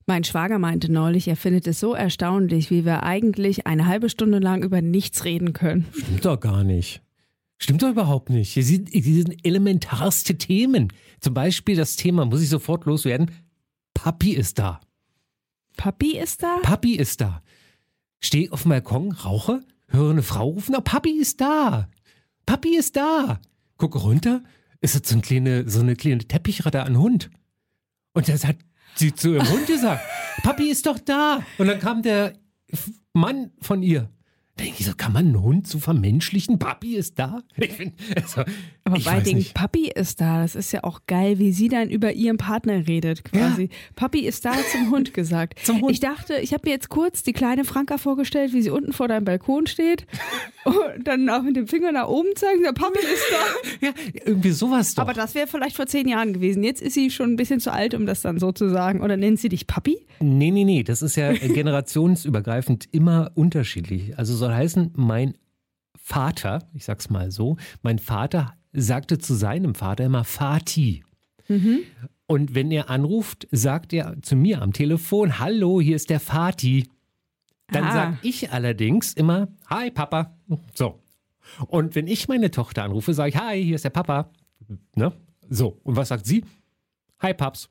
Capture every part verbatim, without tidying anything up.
Mein Schwager meinte neulich, er findet es so erstaunlich, wie wir eigentlich eine halbe Stunde lang über nichts reden können. Stimmt doch gar nicht. Stimmt doch überhaupt nicht. Hier sind, hier sind elementarste Themen. Zum Beispiel das Thema, muss ich sofort loswerden, Papi ist da. Papi ist da? Papi ist da. Steh auf dem Balkon, rauche, höre eine Frau rufen, na, Papi ist da. Papi ist da. Gucke runter, ist das so eine kleine, so eine kleine Teppichratte an Hund. Und das hat sie zu ihrem Hund gesagt, Papi ist doch da. Und dann kam der Mann von ihr. Da denke ich so, kann man einen Hund so vermenschlichen? Papi ist da? Ich find, also, Aber ich bei weiß dem nicht. Papi ist da, das ist ja auch geil, wie sie dann über ihren Partner redet quasi. Ja. Papi ist da zum Hund gesagt. Zum Hund. Ich dachte, ich habe mir jetzt kurz die kleine Franka vorgestellt, wie sie unten vor deinem Balkon steht und dann auch mit dem Finger nach oben zeigen, der Papi ist da. Ja, irgendwie sowas doch. Aber das wäre vielleicht vor zehn Jahren gewesen. Jetzt ist sie schon ein bisschen zu alt, um das dann so zu sagen. Oder nennt sie dich Papi? Nee, nee, nee, das ist ja generationsübergreifend immer unterschiedlich. Also soll heißen, mein Vater, ich sag's mal so, mein Vater sagte zu seinem Vater immer Vati. Mhm. Und wenn er anruft, sagt er zu mir am Telefon, hallo, hier ist der Vati. Dann Ah. sag ich allerdings immer, hi Papa. So. Und wenn ich meine Tochter anrufe, sage ich, hi, hier ist der Papa. Ne? So. Und was sagt sie? Hi Paps.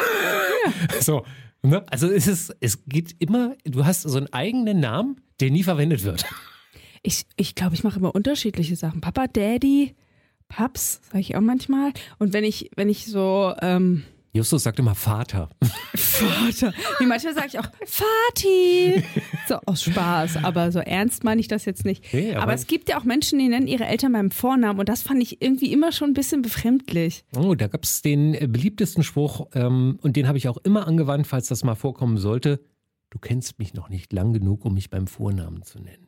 So. Ne? Also es ist, es geht immer, du hast so einen eigenen Namen, der nie verwendet wird. Ich ich, glaube, ich mache immer unterschiedliche Sachen. Papa, Daddy, Paps, sage ich auch manchmal. Und wenn ich, wenn ich so, ähm, Justus sagt immer Vater. Vater. Nee, manchmal sage ich auch Vati. So aus Spaß, aber so ernst meine ich das jetzt nicht. Nee, aber- aber es gibt ja auch Menschen, die nennen ihre Eltern beim Vornamen und das fand ich irgendwie immer schon ein bisschen befremdlich. Oh, da gab es den äh, beliebtesten Spruch ähm, und den habe ich auch immer angewandt, falls das mal vorkommen sollte. Du kennst mich noch nicht lang genug, um mich beim Vornamen zu nennen.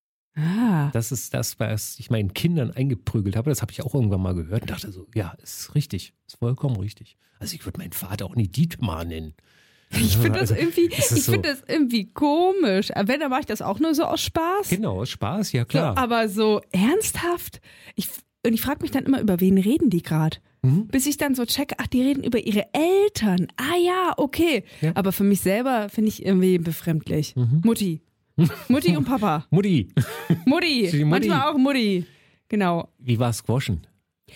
Ah. Das ist das, was ich meinen Kindern eingeprügelt habe. Das habe ich auch irgendwann mal gehört und dachte so, ja, ist richtig, ist vollkommen richtig. Also ich würde meinen Vater auch nie Dietmar nennen. Ich finde das Also, irgendwie, es ist ich so- finde das irgendwie komisch. Aber wenn, dann mache ich das auch nur so aus Spaß. Genau, Spaß, ja So, klar. aber so ernsthaft? Ich, und ich frage mich dann immer, über wen reden die gerade? Mhm. Bis ich dann so checke, ach, die reden über ihre Eltern. Ah ja, okay. Ja. Aber für mich selber finde ich irgendwie befremdlich. Mhm. Mutti. Mutti und Papa. Mutti, Mutti. Die Mutti. Manchmal auch Mutti. Genau. wie war Squashen?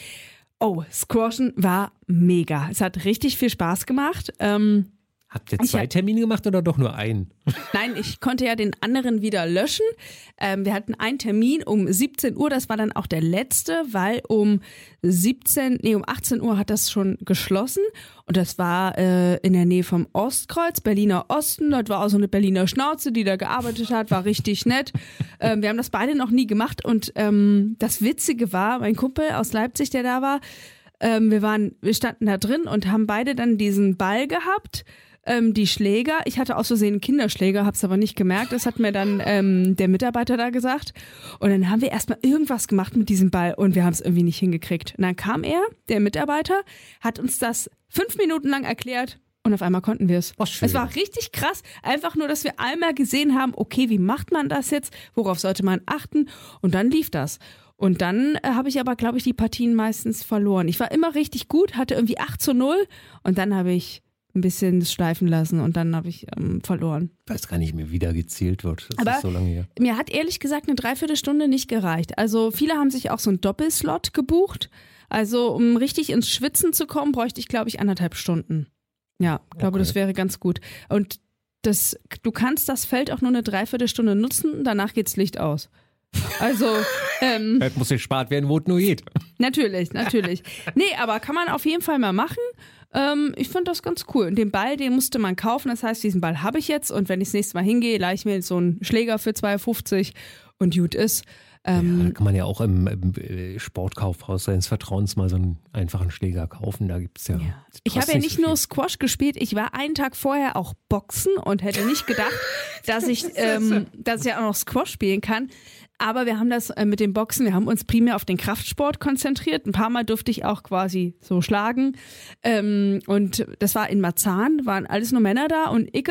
Oh, Squashen war mega. Es hat richtig viel Spaß gemacht. Ähm, Habt ihr Ich zwei hab- Termine gemacht oder doch nur einen? Nein, ich konnte ja den anderen wieder löschen. Ähm, wir hatten einen Termin um siebzehn Uhr, das war dann auch der letzte, weil um siebzehn, nee, um achtzehn Uhr hat das schon geschlossen. Und das war äh, in der Nähe vom Ostkreuz, Berliner Osten. Dort war auch so eine Berliner Schnauze, die da gearbeitet hat, war richtig nett. Ähm, wir haben das beide noch nie gemacht. Und ähm, das Witzige war, mein Kumpel aus Leipzig, der da war, ähm, wir waren, wir standen da drin und haben beide dann diesen Ball gehabt. Ähm, die Schläger, ich hatte aus Versehen einen Kinderschläger, hab's aber nicht gemerkt, das hat mir dann ähm, der Mitarbeiter da gesagt und dann haben wir erstmal irgendwas gemacht mit diesem Ball und wir haben es irgendwie nicht hingekriegt. Und dann kam er, der Mitarbeiter, hat uns das fünf Minuten lang erklärt und auf einmal konnten wir es. Oh, schön. Es war richtig krass, einfach nur, dass wir einmal gesehen haben, okay, wie macht man das jetzt, worauf sollte man achten und dann lief das. Und dann äh, habe ich aber, glaube ich, die Partien meistens verloren. Ich war immer richtig gut, hatte irgendwie acht zu null und dann habe ich ein bisschen schleifen lassen und dann habe ich ähm, verloren. Ich weiß gar nicht mehr, wie da gezählt wird. Das Aber ist so lange her. mir hat ehrlich gesagt eine Dreiviertelstunde nicht gereicht. Also viele haben sich auch so einen Doppelslot gebucht. Also um richtig ins Schwitzen zu kommen, bräuchte ich, glaube ich, anderthalb Stunden. Ja, glaube, Okay. das wäre ganz gut. Und das, du kannst das Feld auch nur eine Dreiviertelstunde nutzen, danach geht's Licht aus. Also, ähm, Das muss gespart werden, wo es nur geht. natürlich, natürlich. Nee, aber kann man auf jeden Fall mal machen. Ähm, ich fand das ganz cool. Und den Ball, den musste man kaufen. Das heißt, diesen Ball habe ich jetzt. Und wenn ich das nächste Mal hingehe, leihe ich mir so einen Schläger für zwei fünfzig und gut ist. Ja, Ähm, da kann man ja auch im, im äh, Sportkaufhaus seines Vertrauens mal so einen einfachen Schläger kaufen. Da gibt es ja. Ja. das Ich habe kostet ja nicht nicht so nur viel. Squash gespielt, ich war einen Tag vorher auch Boxen und hätte nicht gedacht, dass ich, ähm, dass ich auch noch Squash spielen kann. Aber wir haben das äh, mit dem Boxen, wir haben uns primär auf den Kraftsport konzentriert. Ein paar Mal durfte ich auch quasi so schlagen. Ähm, und das war in Marzahn, waren alles nur Männer da und Icke.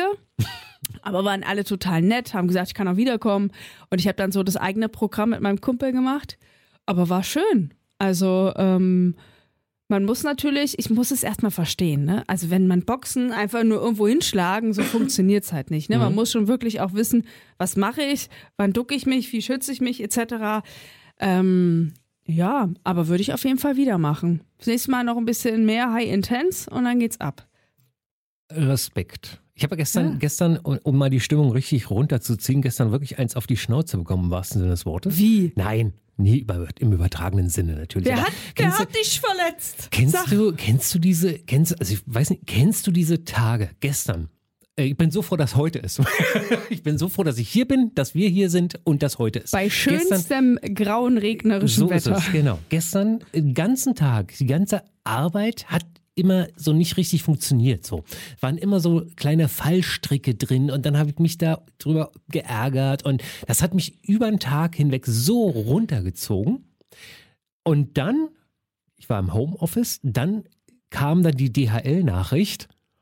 Aber waren alle total nett, haben gesagt, ich kann auch wiederkommen. Und ich habe dann so das eigene Programm mit meinem Kumpel gemacht. Aber war schön. Also, ähm, Man muss natürlich, ich muss es erstmal verstehen, ne? Also wenn man Boxen einfach nur irgendwo hinschlagen, so funktioniert es halt nicht, ne? Man Mhm. muss schon wirklich auch wissen, was mache ich, wann ducke ich mich, wie schütze ich mich, et cetera. Ähm, ja, aber würde ich auf jeden Fall wieder machen. Das nächste Mal noch ein bisschen mehr High Intense und dann geht's ab. Respekt. Ich habe gestern, Ja. gestern, um, um mal die Stimmung richtig runterzuziehen, gestern wirklich eins auf die Schnauze bekommen, im wahrsten Sinne des Wortes. Wie? Nein, nie über, im übertragenen Sinne natürlich. Wer Aber hat, wer kennst du- hat dich verletzt? Kennst Sag. du, kennst du diese, kennst, also ich weiß nicht, kennst du diese Tage gestern? Äh, Ich bin so froh, dass heute ist. Ich bin so froh, dass ich hier bin, dass wir hier sind und dass heute ist. Bei Gestern, schönstem grauen, regnerischen so ist Wetter. es, genau. Gestern, den ganzen Tag, die ganze Arbeit hat immer so nicht richtig funktioniert. So waren immer so kleine Fallstricke drin und dann habe ich mich da drüber geärgert und das hat mich über den Tag hinweg so runtergezogen. Und dann, ich war im Homeoffice, dann kam dann die D H L-Nachricht,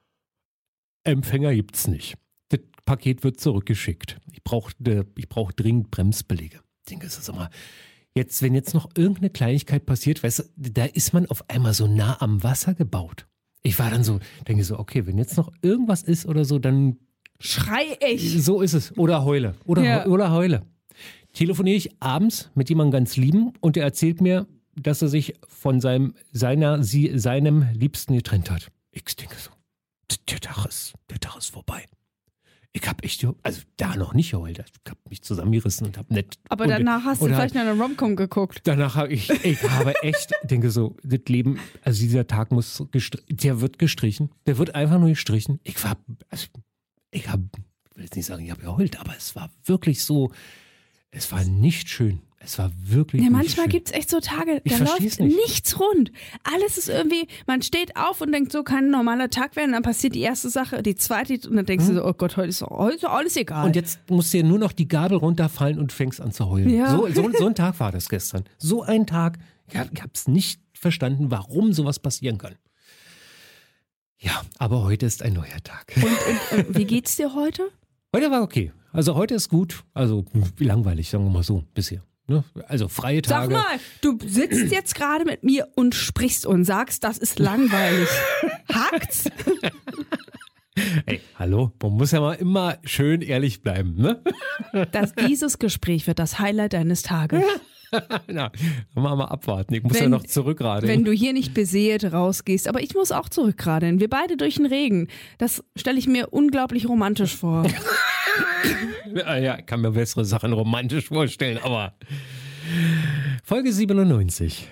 Empfänger gibt's nicht. Das Paket wird zurückgeschickt. Ich brauche ich brauch dringend Bremsbeläge. Ich denke, es ist immer, jetzt, wenn jetzt noch irgendeine Kleinigkeit passiert, weißt du, da ist man auf einmal so nah am Wasser gebaut. Ich war dann so, denke so, okay, wenn jetzt noch irgendwas ist oder so, dann Schrei ich. so ist es. Oder heule. Oder, Ja. oder heule. Telefoniere ich abends mit jemandem ganz lieben und der erzählt mir, dass er sich von seinem, seiner, sie, seinem Liebsten getrennt hat. Ich denke so, der Tag ist, der Tag ist vorbei. Ich habe echt, also da noch nicht geheult. Ich habe mich zusammengerissen und habe nett. Aber und, danach hast du und vielleicht noch eine Romcom geguckt. Danach habe ich, ich habe echt, denke so, das Leben, also dieser Tag muss, gestri- der wird gestrichen. Der wird einfach nur gestrichen. Ich war, also ich habe, ich will jetzt nicht sagen, ich habe geheult, aber es war wirklich so, es war nicht schön. Es war wirklich Ja, nicht manchmal schön. gibt es echt so Tage, Ich da versteh's läuft nicht. nichts rund. Alles ist irgendwie, man steht auf und denkt, so kann ein normaler Tag werden, dann passiert die erste Sache, die zweite und dann denkst du so, oh Gott, heute ist, heute ist alles egal. Hm? Und jetzt muss dir nur noch die Gabel runterfallen und fängst an zu heulen. Ja. So, so, so ein Tag war das gestern. So ein Tag. Ich habe es nicht verstanden, warum sowas passieren kann. Ja, aber heute ist ein neuer Tag. Und, und, wie geht's dir heute? Heute war okay. Also heute ist gut. Also wie langweilig, sagen wir mal so, bisher. Ne? Also freie Sag Tage. mal, du sitzt jetzt gerade mit mir und sprichst und sagst, das ist langweilig. Hakt's? Ey, hallo, man muss ja mal immer schön ehrlich bleiben, ne? Das, dieses Gespräch wird das Highlight deines Tages. Na, mal, mal abwarten. Ich muss ja Wenn- noch zurückradeln. Wenn du hier nicht beseelt rausgehst. Aber ich muss auch zurückradeln. Wir beide durch den Regen. Das stelle ich mir unglaublich romantisch vor. Ja, ja, ich kann mir bessere Sachen romantisch vorstellen, aber Folge siebenundneunzig.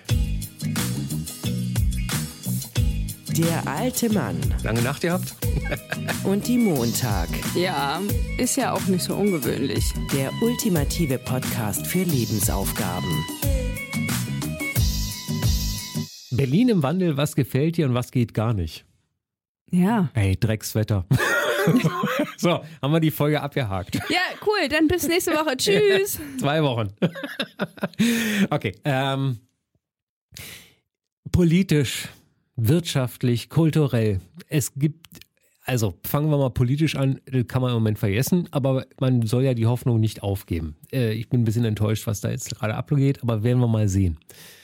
Der alte Mann Lange Nacht gehabt? und die Montag. Ja, ist ja auch nicht so ungewöhnlich. Der ultimative Podcast für Lebensaufgaben. Berlin im Wandel, was gefällt dir und was geht gar nicht? Ja. Ey, Dreckswetter. So, haben wir die Folge abgehakt. Ja, cool. Dann bis nächste Woche. Tschüss. Zwei Wochen. Okay. Ähm, politisch, wirtschaftlich, kulturell. Es gibt, also fangen wir mal politisch an, das kann man im Moment vergessen, aber man soll ja die Hoffnung nicht aufgeben. Äh, ich bin ein bisschen enttäuscht, was da jetzt gerade abgeht, aber werden wir mal sehen.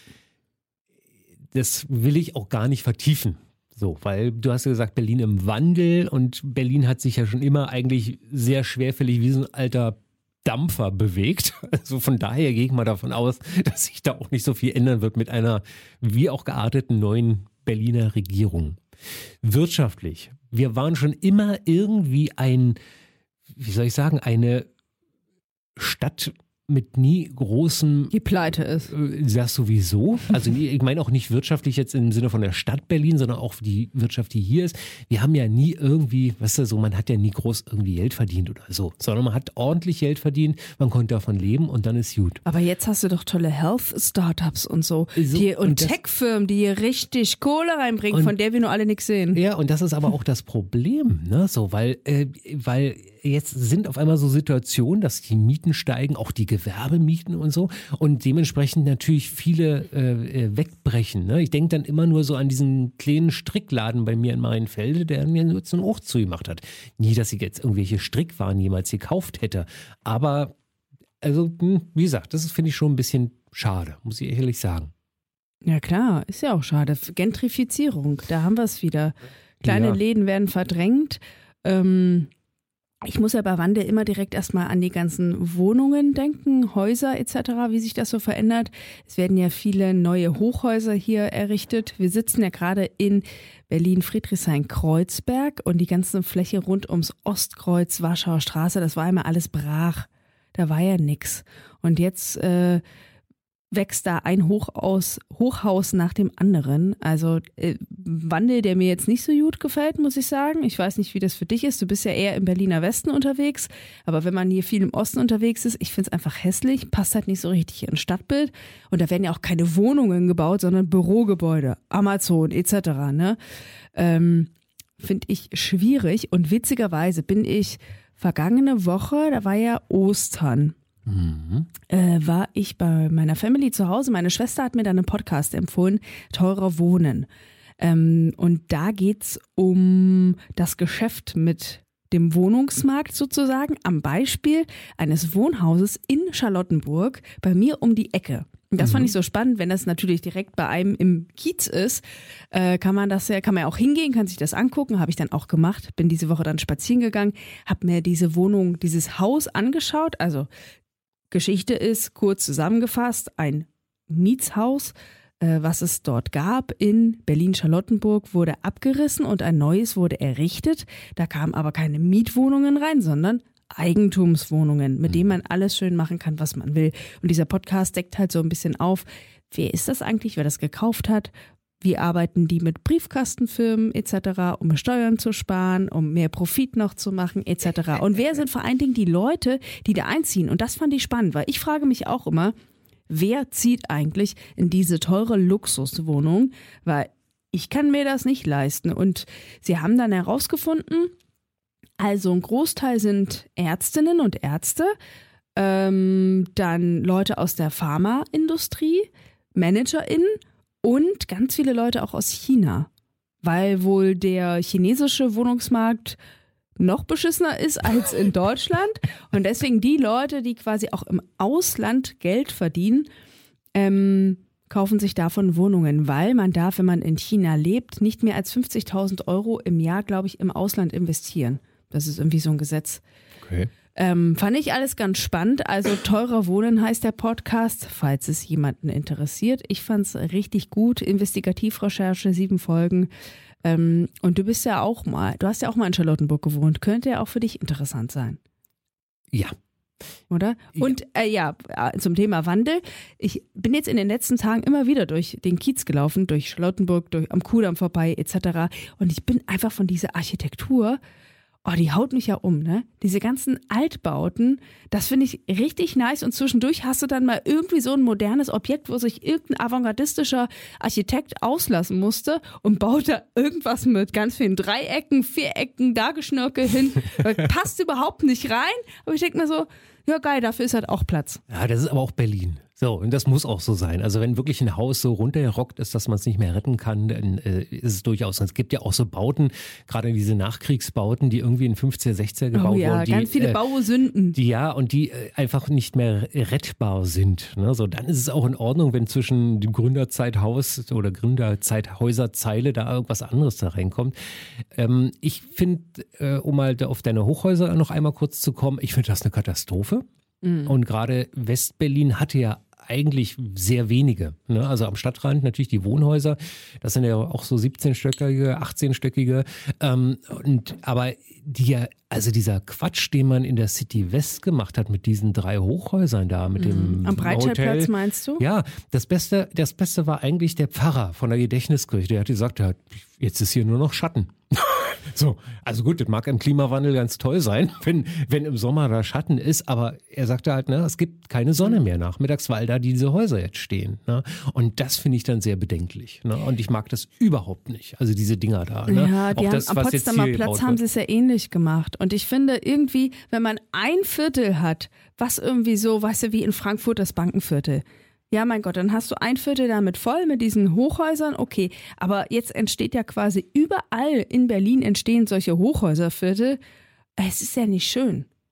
Das will ich auch gar nicht vertiefen. So, weil du hast ja gesagt, Berlin im Wandel und Berlin hat sich ja schon immer eigentlich sehr schwerfällig wie so ein alter Dampfer bewegt. Also von daher gehe ich mal davon aus, dass sich da auch nicht so viel ändern wird mit einer wie auch gearteten neuen Berliner Regierung. Wirtschaftlich. Wir waren schon immer irgendwie ein, wie soll ich sagen, eine Stadt mit nie großem Die Pleite ist. äh, das sowieso. Also nie- ich meine auch nicht wirtschaftlich jetzt im Sinne von der Stadt Berlin, sondern auch die Wirtschaft, die hier ist. Wir haben ja nie irgendwie, weißt du, so man hat ja nie groß irgendwie Geld verdient oder so, sondern man hat ordentlich Geld verdient, man konnte davon leben und dann ist gut. Aber jetzt hast du doch tolle Health-Startups und so. So, die, und und das- Tech-Firmen, die hier richtig Kohle reinbringen, Und- von der wir nur alle nichts sehen. Ja, und das ist aber auch das Problem, ne? So, weil, äh, weil jetzt sind auf einmal so Situationen, dass die Mieten steigen, auch die Gewerbemieten und so, und dementsprechend natürlich viele äh, äh, wegbrechen. Ne? Ich denke dann immer nur so an diesen kleinen Strickladen bei mir in Marienfelde, der mir nur so einen Ort zugemacht hat. Nie, dass ich jetzt irgendwelche Strickwaren jemals gekauft hätte, aber also, hm, wie gesagt, das ist, finde ich, schon ein bisschen schade, muss ich ehrlich sagen. Ja klar, ist ja auch schade. Gentrifizierung, da haben wir es wieder. Kleine Ja. Läden werden verdrängt. Ähm, ich muss ja bei Wandel immer direkt erstmal an die ganzen Wohnungen denken, Häuser et cetera, wie sich das so verändert. Es werden ja viele neue Hochhäuser hier errichtet. Wir sitzen ja gerade in Berlin-Friedrichshain-Kreuzberg und die ganze Fläche rund ums Ostkreuz, Warschauer Straße, das war immer alles brach. Da war ja nix. Und jetzt äh, wächst da ein Hochhaus, Hochhaus nach dem anderen. Also äh, Wandel, der mir jetzt nicht so gut gefällt, muss ich sagen. Ich weiß nicht, wie das für dich ist. Du bist ja eher im Berliner Westen unterwegs. Aber wenn man hier viel im Osten unterwegs ist, ich finde es einfach hässlich, passt halt nicht so richtig ins Stadtbild. Und da werden ja auch keine Wohnungen gebaut, sondern Bürogebäude, Amazon et cetera. Ne? Ähm, finde ich schwierig. Und witzigerweise bin ich vergangene Woche, da war ja Ostern, Mhm. äh, war ich bei meiner Family zu Hause. Meine Schwester hat mir dann einen Podcast empfohlen, Teurer Wohnen. Ähm, und da geht's um das Geschäft mit dem Wohnungsmarkt sozusagen am Beispiel eines Wohnhauses in Charlottenburg bei mir um die Ecke. Und das fand ich so spannend, wenn das natürlich direkt bei einem im Kiez ist, äh, kann man das ja, kann man ja auch hingehen, kann sich das angucken, habe ich dann auch gemacht, bin diese Woche dann spazieren gegangen, habe mir diese Wohnung, dieses Haus angeschaut, also Geschichte ist, kurz zusammengefasst, ein Mietshaus, äh, was es dort gab in Berlin-Charlottenburg, wurde abgerissen und ein neues wurde errichtet. Da kamen aber keine Mietwohnungen rein, sondern Eigentumswohnungen, mit denen man alles schön machen kann, was man will. Und dieser Podcast deckt halt so ein bisschen auf, wer ist das eigentlich, wer das gekauft hat, wie arbeiten die mit Briefkastenfirmen et cetera, um Steuern zu sparen, um mehr Profit noch zu machen et cetera. Und wer sind vor allen Dingen die Leute, die da einziehen? Und das fand ich spannend, weil ich frage mich auch immer, wer zieht eigentlich in diese teure Luxuswohnung? Weil ich kann mir das nicht leisten. Und sie haben dann herausgefunden, also ein Großteil sind Ärztinnen und Ärzte, ähm, dann Leute aus der Pharmaindustrie, ManagerInnen und ganz viele Leute auch aus China, weil wohl der chinesische Wohnungsmarkt noch beschissener ist als in Deutschland und deswegen die Leute, die quasi auch im Ausland Geld verdienen, ähm, kaufen sich davon Wohnungen, weil man darf, wenn man in China lebt, nicht mehr als fünfzigtausend Euro im Jahr, glaube ich, im Ausland investieren. Das ist irgendwie so ein Gesetz. Okay. Ähm, fand ich alles ganz spannend. Also Teurer Wohnen heißt der Podcast, falls es jemanden interessiert. Ich fand es richtig gut. Investigativrecherche, sieben Folgen. Ähm, und du bist ja auch mal, du hast ja auch mal in Charlottenburg gewohnt. Könnte ja auch für dich interessant sein. Ja. Oder? Ja. Und äh, ja, zum Thema Wandel. Ich bin jetzt in den letzten Tagen immer wieder durch den Kiez gelaufen, durch Charlottenburg, durch, am Kudamm vorbei et cetera. Und ich bin einfach von dieser Architektur, oh, die haut mich ja um, ne? Diese ganzen Altbauten, das finde ich richtig nice und zwischendurch hast du dann mal irgendwie so ein modernes Objekt, wo sich irgendein avantgardistischer Architekt auslassen musste und baut da irgendwas mit ganz vielen Dreiecken, Vierecken, Dargeschnörkel hin. Passt überhaupt nicht rein, aber ich denke mir so, ja geil, dafür ist halt auch Platz. Ja, das ist aber auch Berlin. So, und das muss auch so sein. Also wenn wirklich ein Haus so runtergerockt ist, dass man es nicht mehr retten kann, dann äh, ist es durchaus. Und es gibt ja auch so Bauten, gerade diese Nachkriegsbauten, die irgendwie in fünfziger, sechziger gebaut Oh ja, wurden. Die, ganz viele äh, Bausünden. Die, ja, und die äh, einfach nicht mehr rettbar sind. Ne? So, dann ist es auch in Ordnung, wenn zwischen dem Gründerzeithaus oder Gründerzeithäuserzeile da irgendwas anderes da reinkommt. Ähm, ich finde, äh, um mal da auf deine Hochhäuser noch einmal kurz zu kommen, ich finde das eine Katastrophe. Mhm. Und gerade Westberlin hatte ja eigentlich sehr wenige. Ne? Also am Stadtrand natürlich die Wohnhäuser, das sind ja auch so siebzehnstöckige, achtzehnstöckige. Ähm, und, aber die ja, also dieser Quatsch, den man in der City West gemacht hat mit diesen drei Hochhäusern da, mit dem Am Breitscheidplatz Hotel. meinst du? Ja, das Beste, das Beste war eigentlich der Pfarrer von der Gedächtniskirche. Der hat gesagt, ja, jetzt ist hier nur noch Schatten. So, also gut, das mag im Klimawandel ganz toll sein, wenn, wenn im Sommer da Schatten ist, aber er sagte halt, ne, es gibt keine Sonne mehr nachmittags, weil da diese Häuser jetzt stehen. Ne? Und das finde ich dann sehr bedenklich. Ne? Und ich mag das überhaupt nicht, also diese Dinger da. Ne? Ja, die Auch haben, das, am was jetzt Potsdamer hier Platz gebaut haben wird. sie es ja ähnlich gemacht. Und ich finde irgendwie, wenn man ein Viertel hat, was irgendwie so, weißt du, wie in Frankfurt das Bankenviertel. Ja, mein Gott, dann hast du ein Viertel damit voll mit diesen Hochhäusern, okay. Aber jetzt entsteht ja quasi überall in Berlin entstehen solche Hochhäuserviertel. Es ist ja nicht schön.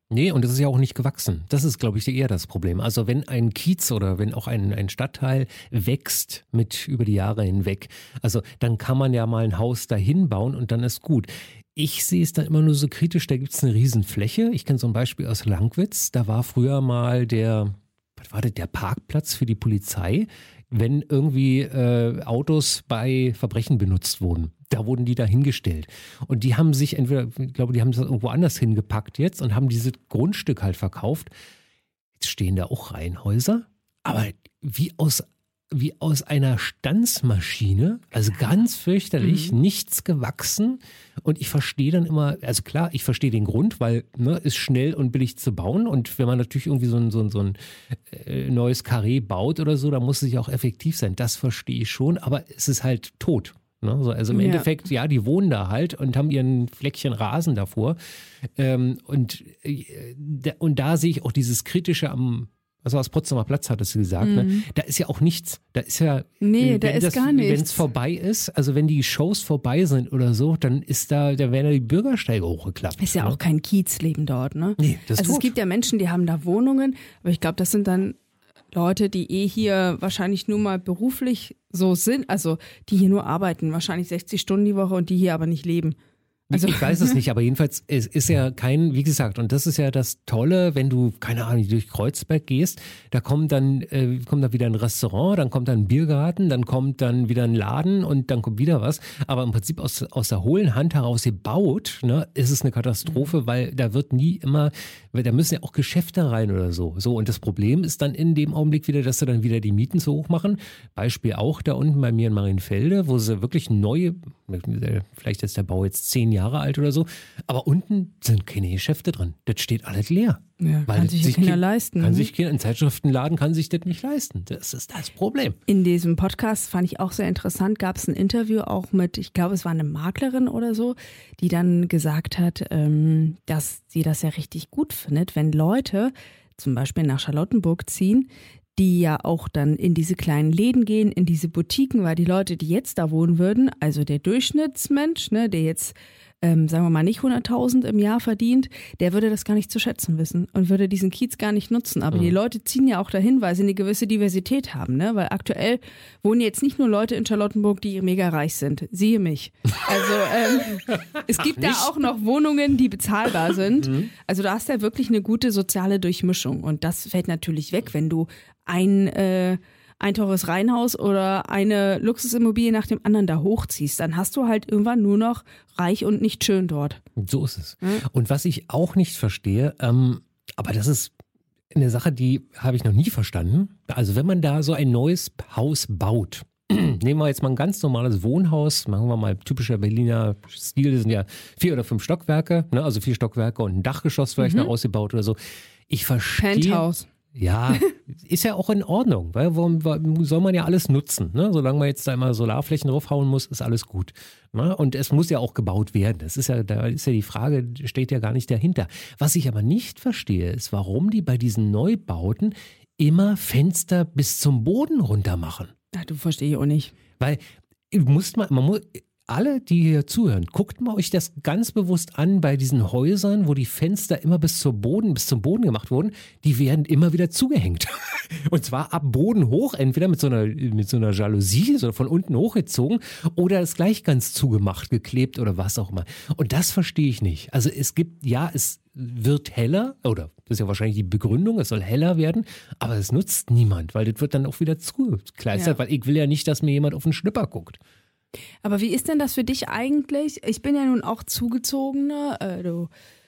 Nee, und das ist ja auch nicht gewachsen. Das ist, glaube ich, eher das Problem. Also wenn ein Kiez oder wenn auch ein, ein Stadtteil wächst mit über die Jahre hinweg, also dann kann man ja mal ein Haus dahin bauen und dann ist gut. Ich sehe es dann immer nur so kritisch, da gibt es eine Riesenfläche. Ich kenne so ein Beispiel aus Langwitz, da war früher mal der, was war das, der Parkplatz für die Polizei, wenn irgendwie äh, Autos bei Verbrechen benutzt wurden. Da wurden die da hingestellt. Und die haben sich entweder, ich glaube, die haben das irgendwo anders hingepackt jetzt und haben dieses Grundstück halt verkauft. Jetzt stehen da auch Reihenhäuser, aber wie aus, wie aus einer Stanzmaschine, also ganz fürchterlich, mhm. nichts gewachsen. Und ich verstehe dann immer, also klar, ich verstehe den Grund, weil ne, ist schnell und billig zu bauen. Und wenn man natürlich irgendwie so ein, so ein, so ein äh, neues Karree baut oder so, dann muss es ja auch effektiv sein. Das verstehe ich schon, aber es ist halt tot. Ne? So, also im ja. Endeffekt, ja, die wohnen da halt und haben ihren Fleckchen Rasen davor. Ähm, und, äh, da, und da sehe ich auch dieses Kritische am, also aus Potsdamer Platz hattest du gesagt, mhm. ne? Da ist ja auch nichts. Da ist ja, nee, da ist das, gar nichts. Wenn es vorbei ist, also wenn die Shows vorbei sind oder so, dann ist da, da werden ja die Bürgersteige hochgeklappt. Ist ja ne? auch kein Kiezleben dort, ne? Nee, das ist Also tot. Es gibt ja Menschen, die haben da Wohnungen, aber ich glaube, das sind dann Leute, die eh hier wahrscheinlich nur mal beruflich so sind, also die hier nur arbeiten, wahrscheinlich sechzig Stunden die Woche und die hier aber nicht leben. Also ich weiß es nicht, aber jedenfalls, es ist ja kein, wie gesagt, und das ist ja das Tolle, wenn du, keine Ahnung, durch Kreuzberg gehst, da kommt dann, äh, kommt dann wieder ein Restaurant, dann kommt dann ein Biergarten, dann kommt dann wieder ein Laden und dann kommt wieder was. Aber im Prinzip aus, aus der hohlen Hand heraus gebaut, ne, ist es eine Katastrophe, weil da wird nie immer, weil da müssen ja auch Geschäfte rein oder so. So, und das Problem ist dann in dem Augenblick wieder, dass sie dann wieder die Mieten so hoch machen. Beispiel auch da unten bei mir in Marienfelde, wo sie wirklich neue, vielleicht ist der Bau jetzt zehn Jahre Jahre alt oder so, aber unten sind keine Geschäfte drin. Das steht alles leer. Ja, weil kann sich ja keiner leisten. Kann ne? sich ein Zeitschriftenladen kann sich das nicht leisten. Das ist das Problem. In diesem Podcast fand ich auch sehr interessant, gab es ein Interview auch mit, ich glaube, es war eine Maklerin oder so, die dann gesagt hat, ähm, dass sie das ja richtig gut findet, wenn Leute zum Beispiel nach Charlottenburg ziehen, die ja auch dann in diese kleinen Läden gehen, in diese Boutiquen, weil die Leute, die jetzt da wohnen würden, also der Durchschnittsmensch, ne, der jetzt, ähm, sagen wir mal, nicht hunderttausend im Jahr verdient, der würde das gar nicht zu schätzen wissen und würde diesen Kiez gar nicht nutzen. Aber mhm. die Leute ziehen ja auch dahin, weil sie eine gewisse Diversität haben, ne? Weil aktuell wohnen jetzt nicht nur Leute in Charlottenburg, die mega reich sind. Siehe mich. Also ähm, es gibt Ach, da auch noch Wohnungen, die bezahlbar sind. Mhm. Also da hast du ja wirklich eine gute soziale Durchmischung und das fällt natürlich weg, wenn du ein äh, ein teures Reihenhaus oder eine Luxusimmobilie nach dem anderen da hochziehst, dann hast du halt irgendwann nur noch reich und nicht schön dort. So ist es. Hm? Und was ich auch nicht verstehe, ähm, aber das ist eine Sache, die habe ich noch nie verstanden. Also wenn man da so ein neues Haus baut, nehmen wir jetzt mal ein ganz normales Wohnhaus, machen wir mal typischer Berliner Stil, das sind ja vier oder fünf Stockwerke, ne? Also vier Stockwerke und ein Dachgeschoss vielleicht mhm. noch ausgebaut oder so. Ich verstehe... Penthouse. Ja, ist ja auch in Ordnung, weil warum, warum soll man ja alles nutzen, ne? Solange man jetzt da immer Solarflächen draufhauen muss, ist alles gut. Ne? Und es muss ja auch gebaut werden. Das ist ja, da ist ja die Frage, steht ja gar nicht dahinter. Was ich aber nicht verstehe, ist, warum die bei diesen Neubauten immer Fenster bis zum Boden runter machen. Ach, du verstehe ich auch nicht. Weil, muss man, man muss, alle, die hier zuhören, guckt mal euch das ganz bewusst an bei diesen Häusern, wo die Fenster immer bis zum Boden, bis zum Boden gemacht wurden, die werden immer wieder zugehängt. Und zwar ab Boden hoch, entweder mit so einer, mit so einer Jalousie, so von unten hochgezogen oder ist gleich ganz zugemacht, geklebt oder was auch immer. Und das verstehe ich nicht. Also es gibt, ja, es wird heller, oder das ist ja wahrscheinlich die Begründung, es soll heller werden, aber es nutzt niemand, weil das wird dann auch wieder zugekleistert, ja. Weil ich will ja nicht, dass mir jemand auf den Schlüpper guckt. Aber wie ist denn das für dich eigentlich? Ich bin ja nun auch Zugezogene. Äh, du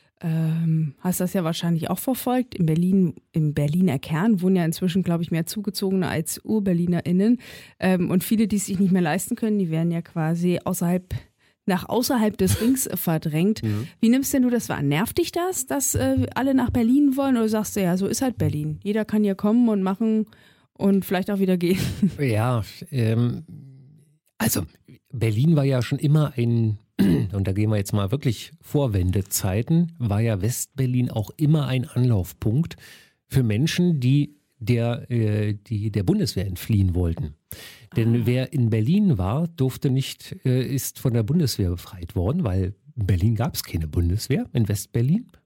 ähm, hast das ja wahrscheinlich auch verfolgt. In Berlin, im Berliner Kern wohnen ja inzwischen, glaube ich, mehr Zugezogene als UrberlinerInnen. Ähm, und viele, die es sich nicht mehr leisten können, die werden ja quasi außerhalb, nach außerhalb des Rings verdrängt. Mhm. Wie nimmst denn du das wahr? Nervt dich das, dass äh, alle nach Berlin wollen? Oder sagst du, ja, so ist halt Berlin. Jeder kann hier kommen und machen und vielleicht auch wieder gehen. Ja, ähm, also Berlin war ja schon immer ein, und da gehen wir jetzt mal wirklich Vorwendezeiten, war ja Westberlin auch immer ein Anlaufpunkt für Menschen, die der, äh, die der Bundeswehr entfliehen wollten. Denn wer in Berlin war, durfte nicht, äh, ist von der Bundeswehr befreit worden, weil in Berlin gab es keine Bundeswehr, in Westberlin.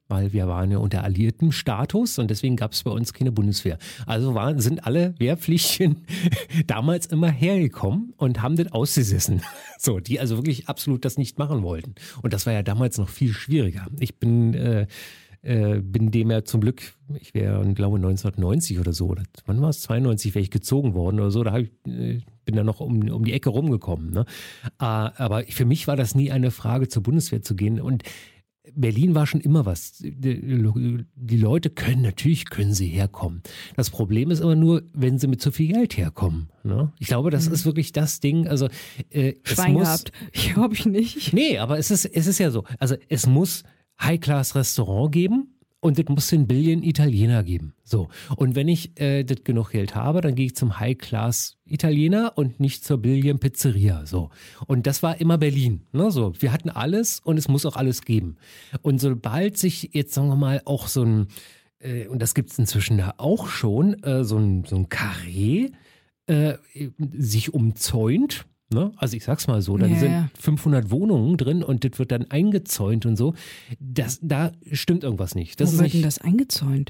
weil wir waren ja unter alliiertem Status und deswegen gab es bei uns keine Bundeswehr. Also waren, sind alle Wehrpflichtchen damals immer hergekommen und haben das ausgesessen. So, die also wirklich absolut das nicht machen wollten. Und das war ja damals noch viel schwieriger. Ich bin, äh, äh, bin dem ja zum Glück, ich wäre, glaube neunzehnhundertneunzig oder so, oder wann war es, zweiundneunzig, wäre ich gezogen worden oder so, da hab ich, äh, bin dann noch um, um die Ecke rumgekommen. Ne? Äh, aber für mich war das nie eine Frage, zur Bundeswehr zu gehen. Und Berlin war schon immer was. Die, die Leute können, natürlich können sie herkommen. Das Problem ist immer nur, wenn sie mit zu viel Geld herkommen. Ne? Ich glaube, das mhm. ist wirklich das Ding. Also, äh, Schwein es muss, gehabt. Ich glaube ich nicht. Nee, aber es ist, es ist ja so. Also es muss High-Class-Restaurant geben. Und das muss den Billion Italiener geben. So. Und wenn ich äh, das genug Geld habe, dann gehe ich zum High-Class-Italiener und nicht zur Billion Pizzeria. So. Und das war immer Berlin. Ne? So. Wir hatten alles und es muss auch alles geben. Und sobald sich jetzt, sagen wir mal, auch so ein, äh, und das gibt es inzwischen da auch schon, äh, so ein, so ein Carré äh, sich umzäunt. Ne? Also ich sag's mal so, dann ja, sind ja. fünfhundert Wohnungen drin und das wird dann eingezäunt und so. Das, da stimmt irgendwas nicht. Das Wo ist wird nicht, denn das eingezäunt?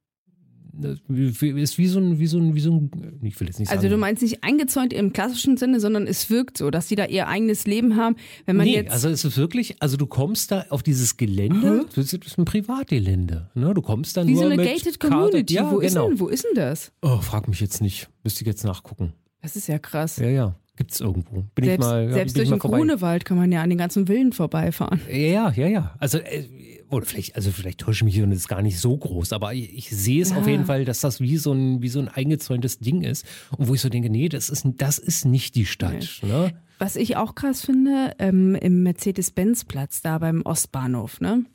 Das ist wie so ein, wie so ein, wie so ein, ich will jetzt nicht sagen. Also du meinst nicht eingezäunt im klassischen Sinne, sondern es wirkt so, dass die da ihr eigenes Leben haben. Wenn man nee, jetzt also es ist wirklich, also du kommst da auf dieses Gelände, Aha. das ist ein Privatgelände. Ne? Du kommst da wie nur so eine mit gated Karte. Community. Ja, wo, genau. ist denn, wo ist denn das? Oh, frag mich jetzt nicht. Müsste ich jetzt nachgucken. Das ist ja krass. Ja, ja. Gibt's irgendwo. Bin Selbst, ich mal, selbst bin durch ich mal den vorbei. Grunewald kann man ja an den ganzen Villen vorbeifahren. Ja, ja, ja. Also, äh, oder vielleicht, also vielleicht täusche ich mich und es ist gar nicht so groß, aber ich, ich sehe es Ja. auf jeden Fall, dass das wie so ein, wie so ein eingezäuntes Ding ist. Und wo ich so denke, nee, das ist, das ist nicht die Stadt. Nee. Ne? Was ich auch krass finde, ähm, im Mercedes-Benz-Platz, da beim Ostbahnhof, ne?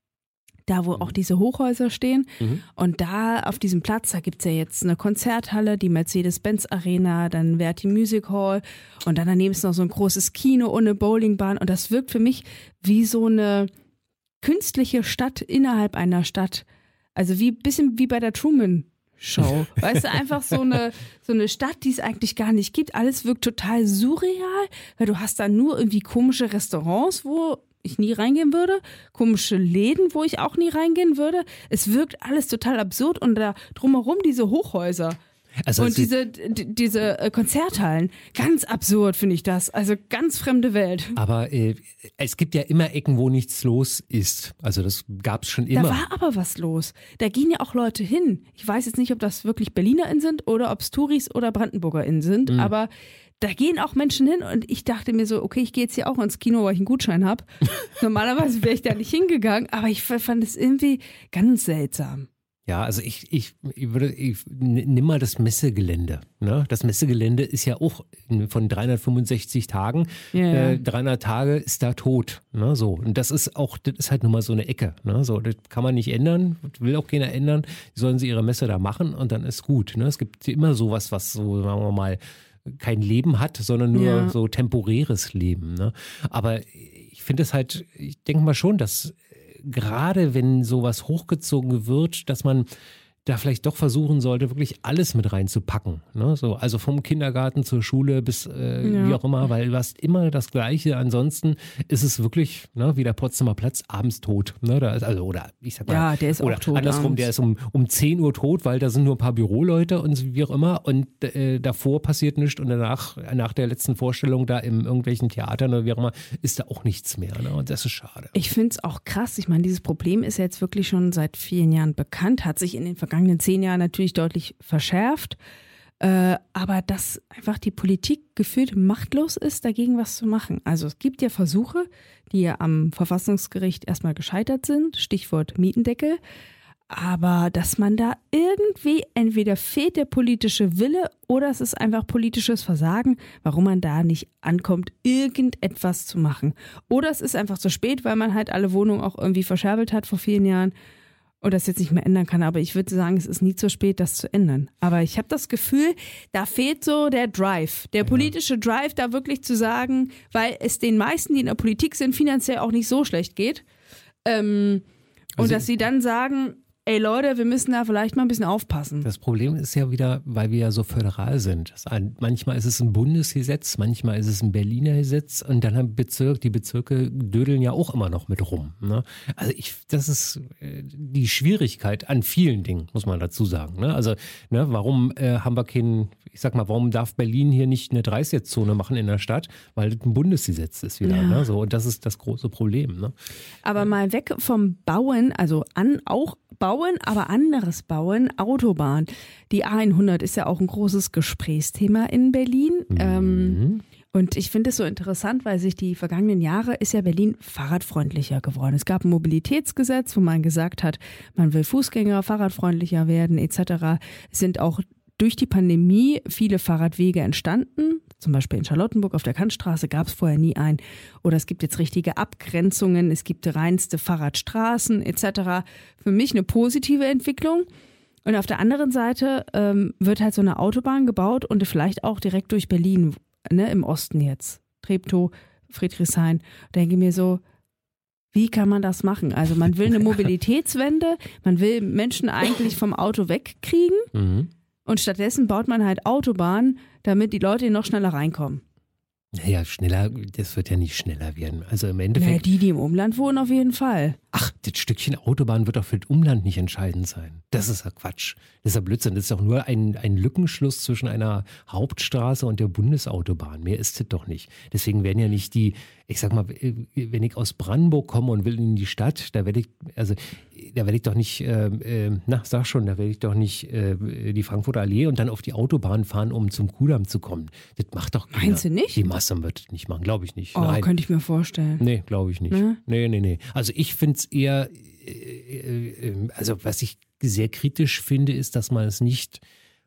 Da, wo auch diese Hochhäuser stehen. Mhm. Und da auf diesem Platz, da gibt's ja jetzt eine Konzerthalle, die Mercedes-Benz-Arena, dann Verti Music Hall und dann daneben ist noch so ein großes Kino und eine Bowlingbahn. Und das wirkt für mich wie so eine künstliche Stadt innerhalb einer Stadt. Also wie bisschen wie bei der Truman Show. Weißt du, einfach so eine, so eine Stadt, die es eigentlich gar nicht gibt. Alles wirkt total surreal, weil du hast da nur irgendwie komische Restaurants, wo ich nie reingehen würde, komische Läden, wo ich auch nie reingehen würde. Es wirkt alles total absurd und da drumherum diese Hochhäuser. Also und diese, d- diese äh, Konzerthallen, ganz absurd finde ich das. Also ganz fremde Welt. Aber äh, es gibt ja immer Ecken, wo nichts los ist. Also das gab es schon immer. Da war aber was los. Da gehen ja auch Leute hin. Ich weiß jetzt nicht, ob das wirklich BerlinerInnen sind oder ob es Touris oder BrandenburgerInnen sind, Mhm. aber da gehen auch Menschen hin und ich dachte mir so, okay, ich gehe jetzt hier auch ins Kino, weil ich einen Gutschein habe. Normalerweise wäre ich da nicht hingegangen, aber ich fand es irgendwie ganz seltsam. Ja, also ich, ich, ich würde, ich, nimm mal das Messegelände. Ne? Das Messegelände ist ja auch von dreihundertfünfundsechzig Tagen, Ja, ja. äh, dreihundert Tage ist da tot. Ne? So. Und das ist auch, das ist halt nur mal so eine Ecke. Ne? So, das kann man nicht ändern, will auch keiner ändern. Die sollen sie ihre Messe da machen und dann ist gut. Ne? Es gibt immer sowas, was so, sagen wir mal, kein Leben hat, sondern nur Ja. so temporäres Leben. Ne? Aber ich finde es halt, ich denke mal schon, dass gerade wenn sowas hochgezogen wird, dass man da vielleicht doch versuchen sollte, wirklich alles mit reinzupacken. Ne? So, also vom Kindergarten zur Schule bis äh, Ja. wie auch immer, weil du hast immer das Gleiche. Ansonsten ist es wirklich, ne, wie der Potsdamer Platz, abends tot. Ne? Da ist, also, oder ich sag mal, Ja, der ist auch oder tot andersrum, abends. der ist um, um zehn Uhr tot, weil da sind nur ein paar Büroleute und wie auch immer. Und äh, davor passiert nichts und danach, nach der letzten Vorstellung da in irgendwelchen Theatern oder wie auch immer, ist da auch nichts mehr. Ne? Und das ist schade. Ich finde es auch krass. Ich meine, dieses Problem ist ja jetzt wirklich schon seit vielen Jahren bekannt, hat sich in den vergangenen zehn Jahren natürlich deutlich verschärft. Äh, aber dass einfach die Politik gefühlt machtlos ist, dagegen was zu machen. Also es gibt ja Versuche, die ja am Verfassungsgericht erstmal gescheitert sind, Stichwort Mietendeckel. Aber dass man da irgendwie, entweder fehlt der politische Wille oder es ist einfach politisches Versagen, warum man da nicht ankommt, irgendetwas zu machen. Oder es ist einfach zu spät, weil man halt alle Wohnungen auch irgendwie verscherbelt hat vor vielen Jahren und das jetzt nicht mehr ändern kann. Aber ich würde sagen, es ist nie zu spät, das zu ändern. Aber ich habe das Gefühl, da fehlt so der Drive, der politische Drive, da wirklich zu sagen, weil es den meisten, die in der Politik sind, finanziell auch nicht so schlecht geht. Ähm, und Also- dass sie dann sagen, ey Leute, wir müssen da vielleicht mal ein bisschen aufpassen. Das Problem ist ja wieder, weil wir ja so föderal sind. Das ein, manchmal ist es ein Bundesgesetz, manchmal ist es ein Berliner Gesetz und dann haben Bezirk, die Bezirke dödeln ja auch immer noch mit rum. Ne? Also ich, das ist äh, die Schwierigkeit an vielen Dingen, muss man dazu sagen. Ne? Also ne, warum äh, haben wir keinen, ich sag mal, warum darf Berlin hier nicht eine dreißig-Zone machen in der Stadt? Weil das ein Bundesgesetz ist wieder. Ja. Ne? So, und das ist das große Problem. Ne? Aber mal weg vom Bauen, also an auch Bauen, aber anderes Bauen, Autobahn. Die A hundert ist ja auch ein großes Gesprächsthema in Berlin. Mhm. Ähm, und ich finde es so interessant, weil sich die vergangenen Jahre ist ja Berlin fahrradfreundlicher geworden. Es gab ein Mobilitätsgesetz, wo man gesagt hat, man will Fußgänger fahrradfreundlicher werden et cetera. Es sind auch durch die Pandemie viele Fahrradwege entstanden. Zum Beispiel in Charlottenburg auf der Kantstraße gab es vorher nie einen. Oder es gibt jetzt richtige Abgrenzungen, es gibt reinste Fahrradstraßen et cetera. Für mich eine positive Entwicklung. Und auf der anderen Seite ähm, wird halt so eine Autobahn gebaut und vielleicht auch direkt durch Berlin, ne, im Osten jetzt. Treptow, Friedrichshain. Da denke ich mir so, wie kann man das machen? Also man will eine Mobilitätswende, man will Menschen eigentlich vom Auto wegkriegen. Mhm. Und stattdessen baut man halt Autobahnen, damit die Leute noch schneller reinkommen. Naja, schneller, das wird ja nicht schneller werden. Also im Naja, Endeffekt. die, die im Umland wohnen, auf jeden Fall. Ach, das Stückchen Autobahn wird doch für das Umland nicht entscheidend sein. Das ist ja Quatsch. Das ist ja Blödsinn. Das ist doch nur ein, ein Lückenschluss zwischen einer Hauptstraße und der Bundesautobahn. Mehr ist das doch nicht. Deswegen werden ja nicht die, ich sag mal, wenn ich aus Brandenburg komme und will in die Stadt, da werde ich, also da werde ich doch nicht, äh, äh, na, sag schon, da werde ich doch nicht äh, die Frankfurter Allee und dann auf die Autobahn fahren, um zum Kudamm zu kommen. Das macht doch keiner. Meinst du nicht? Die Masse wird das nicht machen, glaube ich nicht. Oh, Nein. könnte ich mir vorstellen. Nee, glaube ich nicht. Ja? Nee, nee, nee. Also ich finde es eher, äh, äh, also was ich sehr kritisch finde, ist, dass man es nicht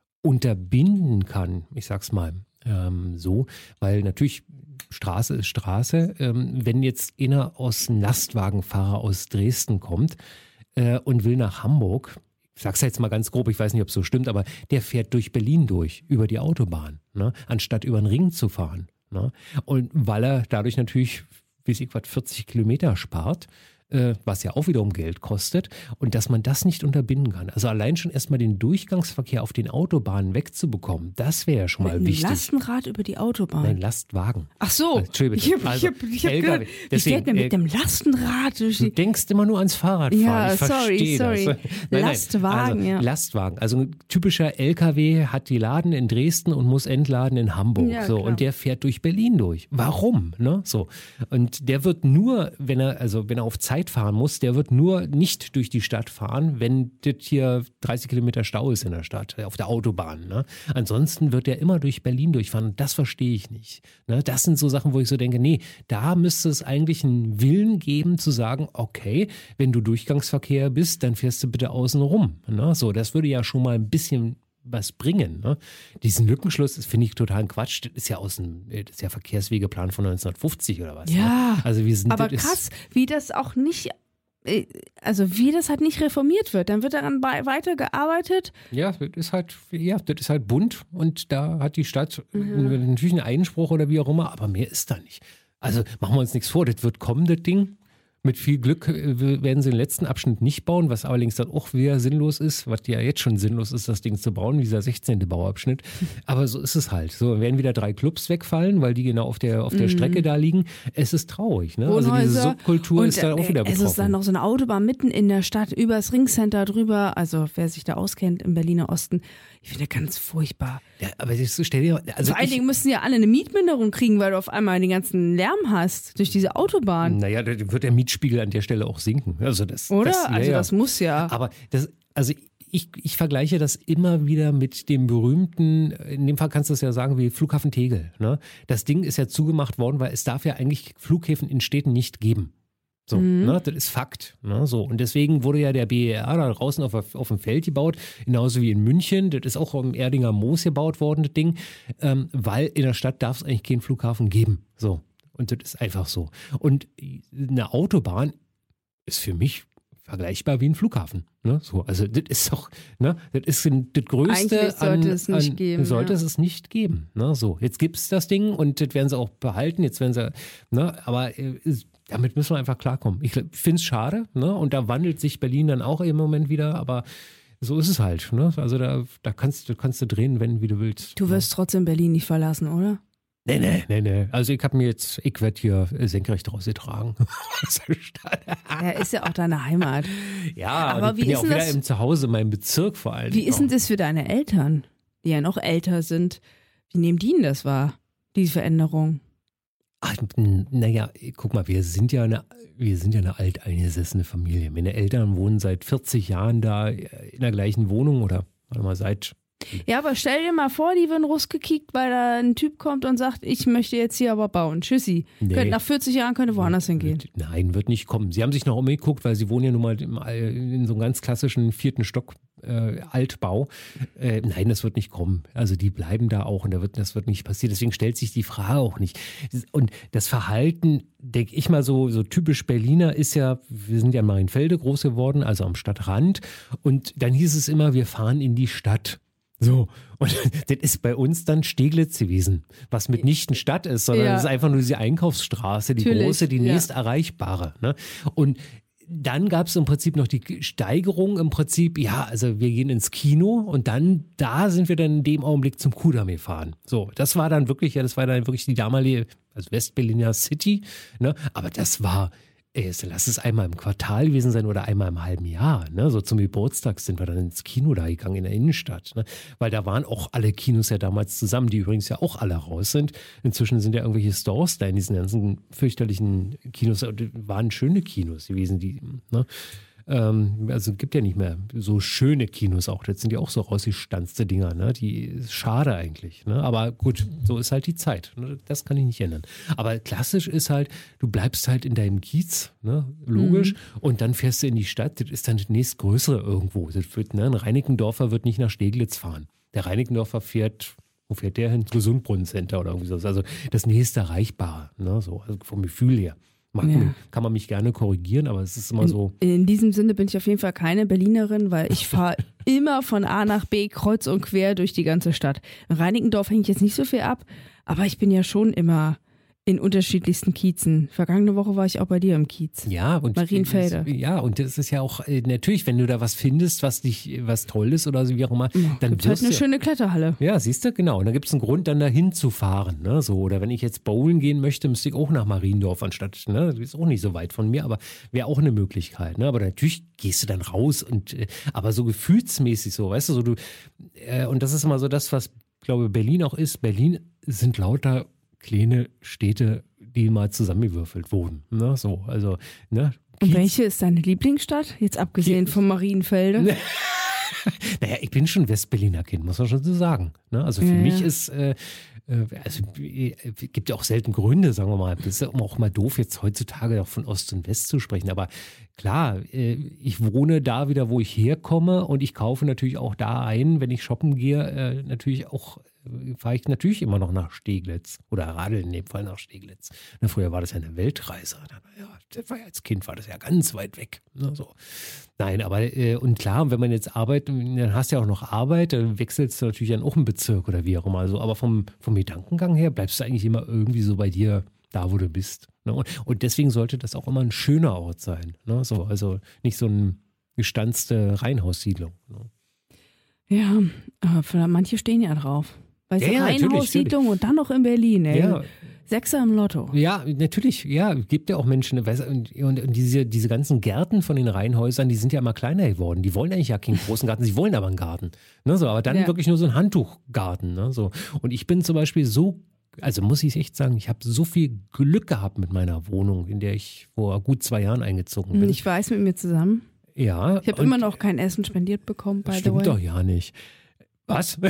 unterbinden kann. Ich sag's mal ähm, so, weil natürlich Straße ist Straße. Ähm, wenn jetzt einer aus einem Lastwagenfahrer aus Dresden kommt äh, und will nach Hamburg, ich sag's jetzt mal ganz grob, ich weiß nicht, ob es so stimmt, aber der fährt durch Berlin durch, über die Autobahn, ne, anstatt über den Ring zu fahren. Ne? Und weil er dadurch natürlich, wie ich was, vierzig Kilometer spart, äh, was ja auch wiederum Geld kostet, und dass man das nicht unterbinden kann. Also allein schon erstmal den Durchgangsverkehr auf den Autobahnen wegzubekommen, das wäre ja schon mal Mit einem wichtig. Lastenrad über die Autobahn. Nein, Lastwagen. Ach so, Also, Entschuldigung, ich habe also, ich hab, ich hab L K W. gehört, wie Deswegen, fährt man mit äh, dem Lastenrad durch Du die... denkst immer nur ans Fahrradfahren. Ja, ich sorry, verstehe sorry. das. Nein, Lastwagen, nein. Also, ja. Lastwagen. Also ein typischer L K W hat die Laden in Dresden und muss entladen in Hamburg. Ja, so, klar. und der fährt durch Berlin durch. Warum? Ne? So. Und der wird nur, wenn er, also wenn er auf Zeit fahren muss, der wird nur nicht durch die Stadt fahren, wenn das hier dreißig Kilometer Stau ist in der Stadt, auf der Autobahn. Ne? Ansonsten wird er immer durch Berlin durchfahren und das verstehe ich nicht. Ne? Das sind so Sachen, wo ich so denke, nee, da müsste es eigentlich einen Willen geben zu sagen, okay, wenn du Durchgangsverkehr bist, dann fährst du bitte außen rum. Ne? So, das würde ja schon mal ein bisschen was bringen. Ne? Diesen Lückenschluss, das finde ich total Quatsch. Das ist ja aus dem, das ist ja Verkehrswegeplan von neunzehnhundertfünfzig oder was. Ja, ne? Also wir sind, aber das krass, ist, wie das auch nicht... Also wie das halt nicht reformiert wird. Dann wird daran bei- weitergearbeitet. Ja, das ist halt, ja, das ist halt bunt und da hat die Stadt mhm. natürlich einen Einspruch oder wie auch immer, aber mehr ist da nicht. Also machen wir uns nichts vor, das wird kommen, das Ding. Mit viel Glück äh, werden sie den letzten Abschnitt nicht bauen, was allerdings dann auch wieder sinnlos ist, was ja jetzt schon sinnlos ist, das Ding zu bauen, dieser sechzehnte Bauabschnitt. Aber so ist es halt. So werden wieder drei Clubs wegfallen, weil die genau auf der, auf der Mhm. Strecke da liegen. Es ist traurig. Ne? Also diese Wohnhäuser. Subkultur Und, ist da auch wieder äh, Es ist betroffen. dann noch so eine Autobahn mitten in der Stadt, übers Ringcenter drüber. Also wer sich da auskennt im Berliner Osten, ich finde das ganz furchtbar. Ja, aber das, stell dir, also Vor allen ich, Dingen müssen ja alle eine Mietminderung kriegen, weil du auf einmal den ganzen Lärm hast durch diese Autobahn. Naja, da wird der Mietspiegel an der Stelle auch sinken. Also das, Oder? Das, ja, also ja. das muss ja. Aber das, also ich, ich vergleiche das immer wieder mit dem berühmten, in dem Fall kannst du es ja sagen, wie Flughafen Tegel. Ne? Das Ding ist ja zugemacht worden, weil es darf ja eigentlich Flughäfen in Städten nicht geben. So, Mhm. ne, das ist Fakt. Ne, so. Und deswegen wurde ja der B E R da draußen auf, auf dem Feld gebaut, genauso wie in München. Das ist auch im Erdinger Moos gebaut worden, das Ding, ähm, weil in der Stadt darf es eigentlich keinen Flughafen geben. So. Und das ist einfach so. Und eine Autobahn ist für mich vergleichbar wie ein Flughafen. Ne? So, also das ist doch, ne, das ist ein, das Größte Eigentlich sollte an, es nicht an, geben, Sollte ja. es nicht geben. Ne? So, jetzt gibt es das Ding und das werden sie auch behalten. Jetzt werden sie, ne, aber äh, damit müssen wir einfach klarkommen. Ich finde es schade, ne? Und da wandelt sich Berlin dann auch im Moment wieder, aber so ist es halt. Ne? Also da, da kannst, kannst du drehen, wenn, wie du willst. Du wirst trotzdem Berlin nicht verlassen, oder? Nee, nee, nee, nee. Also ich habe mir jetzt, ich werde hier senkrecht rausgetragen. Ja, ist ja auch deine Heimat. Ja, aber ich wie bin ja ist auch denn wieder das, im Zuhause, meinem Bezirk vor allem. Wie ist denn das für deine Eltern, die ja noch älter sind? Wie nehmen die denn das wahr, diese Veränderung? Ach, naja, guck mal, wir sind ja eine, wir sind ja eine alteingesessene Familie. Meine Eltern wohnen seit vierzig Jahren da in der gleichen Wohnung oder warte mal, seit Ja, aber stell dir mal vor, die würden rausgekickt, weil da ein Typ kommt und sagt, ich möchte jetzt hier aber bauen. Tschüssi. Nee. Könnt, nach vierzig Jahren könnte woanders hingehen. Nein, wird nicht kommen. Sie haben sich noch umgeguckt, weil sie wohnen ja nun mal im, in so einem ganz klassischen vierten Stock äh, Altbau. Äh, nein, das wird nicht kommen. Also die bleiben da auch und da wird, das wird nicht passieren. Deswegen stellt sich die Frage auch nicht. Und das Verhalten, denke ich mal, so, so typisch Berliner ist ja, wir sind ja in Marienfelde groß geworden, also am Stadtrand. Und dann hieß es immer, wir fahren in die Stadt. So, und das ist bei uns dann Steglitz gewesen, was mitnichten Stadt ist, sondern Ja. das ist einfach nur diese Einkaufsstraße, die Natürlich, große, die ja. nächst erreichbare. Ne? Und dann gab es im Prinzip noch die Steigerung im Prinzip, ja, also wir gehen ins Kino und dann, da sind wir dann in dem Augenblick zum Kudamm gefahren. So, das war dann wirklich, ja, das war dann wirklich die damalige, also Westberliner City, ne? Aber das war, ey, lass es einmal im Quartal gewesen sein oder einmal im halben Jahr. Ne? So zum Geburtstag sind wir dann ins Kino da gegangen in der Innenstadt. Ne? Weil da waren auch alle Kinos ja damals zusammen, die übrigens ja auch alle raus sind. Inzwischen sind ja irgendwelche Stores da in diesen ganzen fürchterlichen Kinos. Waren schöne Kinos gewesen, die, ne? Ähm, also es gibt ja nicht mehr so schöne Kinos auch. Das sind ja auch so rausgestanzte Dinger. Ne? Die ist schade eigentlich. Ne? Aber gut, so ist halt die Zeit. Ne? Das kann ich nicht ändern. Aber klassisch ist halt, du bleibst halt in deinem Kiez, ne? Logisch. Mhm. Und dann fährst du in die Stadt. Das ist dann das nächstgrößere irgendwo. Das wird, ne? Ein Reinickendorfer wird nicht nach Steglitz fahren. Der Reinickendorfer fährt, wo fährt der hin? Gesundbrunnencenter oder irgendwie so. Also das nächste Erreichbare. Ne? So, also vom Gefühl her. Mag, Ja. Kann man mich gerne korrigieren, aber es ist immer so. In, in diesem Sinne bin ich auf jeden Fall keine Berlinerin, weil ich fahre immer von A nach B kreuz und quer durch die ganze Stadt. In Reinickendorf hängt jetzt nicht so viel ab, aber ich bin ja schon immer in unterschiedlichsten Kiezen. Vergangene Woche war ich auch bei dir im Kiez. Ja, und Marienfelde. Das, ja, und das ist ja auch äh, natürlich, wenn du da was findest, was dich, was toll ist oder so wie auch immer, Ja, dann gibt's halt wirst eine du, schöne Kletterhalle. ja, siehst du, genau. Und dann gibt es einen Grund, dann dahin zu fahren. Ne? So, oder wenn ich jetzt bowlen gehen möchte, müsste ich auch nach Mariendorf anstatt, ne? Das ist auch nicht so weit von mir, aber wäre auch eine Möglichkeit. Ne? Aber natürlich gehst du dann raus und äh, aber so gefühlsmäßig so, weißt du, so du, äh, und das ist immer so das, was, ich glaube, Berlin auch ist. Berlin sind lauter kleine Städte, die mal zusammengewürfelt wurden. Ne? So, also, ne? Und Kiez. welche ist deine Lieblingsstadt? Jetzt abgesehen vom Marienfelde. Naja, ich bin schon Westberliner Kind, muss man schon so sagen. Ne? Also für Ja, mich ja. ist, äh, äh, also äh, gibt ja auch selten Gründe, sagen wir mal. Das ist ja auch mal doof, jetzt heutzutage auch von Ost und West zu sprechen. Aber klar, äh, ich wohne da wieder, wo ich herkomme und ich kaufe natürlich auch da ein, wenn ich shoppen gehe, äh, natürlich auch fahre ich natürlich immer noch nach Steglitz oder radel in dem Fall nach Steglitz. Na, früher war das ja eine Weltreise. Ja, das war ja, als Kind war das ja ganz weit weg. Ne, so. Nein, aber äh, und klar, wenn man jetzt arbeitet, dann hast du ja auch noch Arbeit, dann wechselst du natürlich dann auch einen Bezirk oder wie auch immer. Also, aber vom, vom Gedankengang her bleibst du eigentlich immer irgendwie so bei dir, da wo du bist. Ne? Und, und deswegen sollte das auch immer ein schöner Ort sein. Ne? So, also nicht so eine gestanzte Reihenhaussiedlung. Ne? Ja, aber für manche stehen ja drauf. Weißt Ja, du, ja, natürlich, Reihenhaussiedlung und dann noch in Berlin, ey. Ja. Sechser im Lotto. Ja, natürlich, ja, gibt ja auch Menschen, weißt du, und, und, und diese, diese ganzen Gärten von den Reihenhäusern, die sind ja immer kleiner geworden. Die wollen eigentlich ja keinen großen Garten, sie wollen aber einen Garten. Ne, so, aber dann Ja. wirklich nur so einen Handtuchgarten. Ne, so. Und ich bin zum Beispiel so, also muss ich echt sagen, ich habe so viel Glück gehabt mit meiner Wohnung, in der ich vor gut zwei Jahren eingezogen bin. Ich weiß, mit mir zusammen. ja, Ich habe und- immer noch kein Essen spendiert bekommen, by the Stimmt way. doch ja nicht. Was?